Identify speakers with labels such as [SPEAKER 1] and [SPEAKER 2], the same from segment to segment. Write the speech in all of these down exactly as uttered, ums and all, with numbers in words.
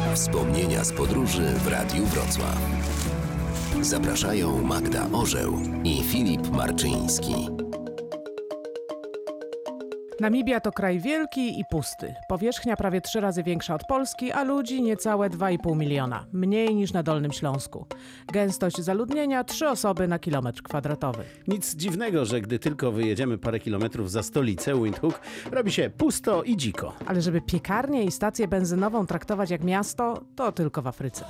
[SPEAKER 1] Wspomnienia z podróży w Radiu Wrocław. Zapraszają Magda Orzeł i Filip Marczyński.
[SPEAKER 2] Namibia to kraj wielki i pusty. Powierzchnia prawie trzy razy większa od Polski, a ludzi niecałe dwa i pół miliona. Mniej niż na Dolnym Śląsku. Gęstość zaludnienia trzy osoby na kilometr kwadratowy.
[SPEAKER 3] Nic dziwnego, że gdy tylko wyjedziemy parę kilometrów za stolicę Windhoek, robi się pusto i dziko.
[SPEAKER 2] Ale żeby piekarnię i stację benzynową traktować jak miasto, to tylko w Afryce.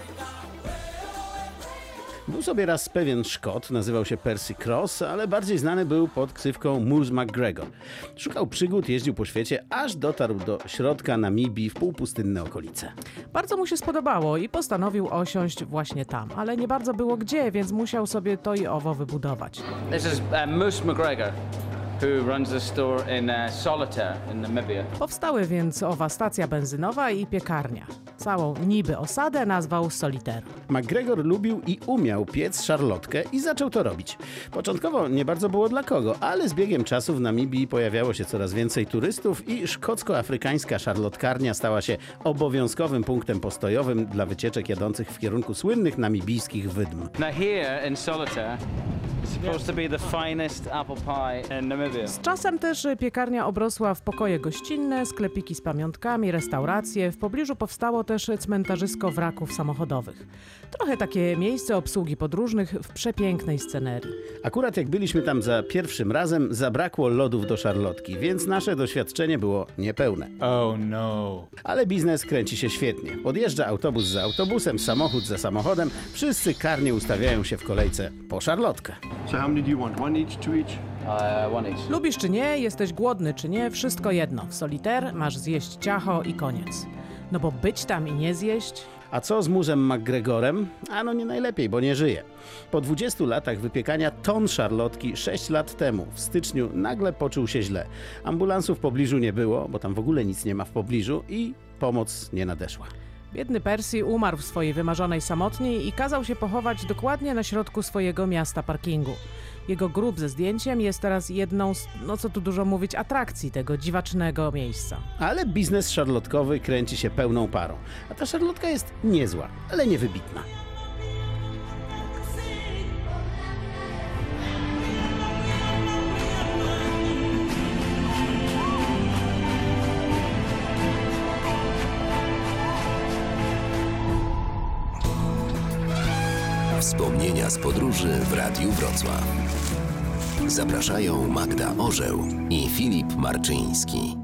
[SPEAKER 3] Był sobie raz pewien Szkot, nazywał się Percy Cross, ale bardziej znany był pod ksywką Moose McGregor. Szukał przygód, jeździł po świecie, aż dotarł do środka Namibii w półpustynne okolice.
[SPEAKER 2] Bardzo mu się spodobało i postanowił osiąść właśnie tam, ale nie bardzo było gdzie, więc musiał sobie to i owo wybudować.
[SPEAKER 4] This is uh, Moose McGregor, who runs a store in uh, Solitaire in Namibia.
[SPEAKER 2] Powstały więc owa stacja benzynowa i piekarnia. Całą niby osadę nazwał Solitaire.
[SPEAKER 3] McGregor lubił i umiał piec szarlotkę i zaczął to robić. Początkowo nie bardzo było dla kogo, ale z biegiem czasu w Namibii pojawiało się coraz więcej turystów i szkocko-afrykańska szarlotkarnia stała się obowiązkowym punktem postojowym dla wycieczek jadących w kierunku słynnych namibijskich wydm.
[SPEAKER 4] Now here in Solitaire, it's supposed to be the finest apple pie in Namibia.
[SPEAKER 2] Z czasem też piekarnia obrosła w pokoje gościnne, sklepiki z pamiątkami, restauracje. W pobliżu powstało też cmentarzysko wraków samochodowych. Trochę takie miejsce obsługi podróżnych w przepięknej scenerii.
[SPEAKER 3] Akurat jak byliśmy tam za pierwszym razem, zabrakło lodów do szarlotki, więc nasze doświadczenie było niepełne.
[SPEAKER 5] Oh no.
[SPEAKER 3] Ale biznes kręci się świetnie. Podjeżdża autobus za autobusem, samochód za samochodem. Wszyscy karnie ustawiają się w kolejce po szarlotkę.
[SPEAKER 6] So how many do you want? One each, two each?
[SPEAKER 4] Uh, one each.
[SPEAKER 2] Lubisz czy nie, jesteś głodny czy nie, wszystko jedno. W Solitaire masz zjeść ciacho i koniec. No bo być tam i nie zjeść...
[SPEAKER 3] A co z Moosem McGregorem? A no nie najlepiej, bo nie żyje. Po dwudziestu latach wypiekania ton szarlotki sześć lat temu, w styczniu, nagle poczuł się źle. Ambulansu w pobliżu nie było, bo tam w ogóle nic nie ma w pobliżu i pomoc nie nadeszła.
[SPEAKER 2] Biedny Percy umarł w swojej wymarzonej samotni i kazał się pochować dokładnie na środku swojego miasta parkingu. Jego grób ze zdjęciem jest teraz jedną z, no co tu dużo mówić, atrakcji tego dziwacznego miejsca.
[SPEAKER 3] Ale biznes szarlotkowy kręci się pełną parą. A ta szarlotka jest niezła, ale niewybitna.
[SPEAKER 1] Wspomnienia z podróży w Radiu Wrocław. Zapraszają Magda Orzeł i Filip Marczyński.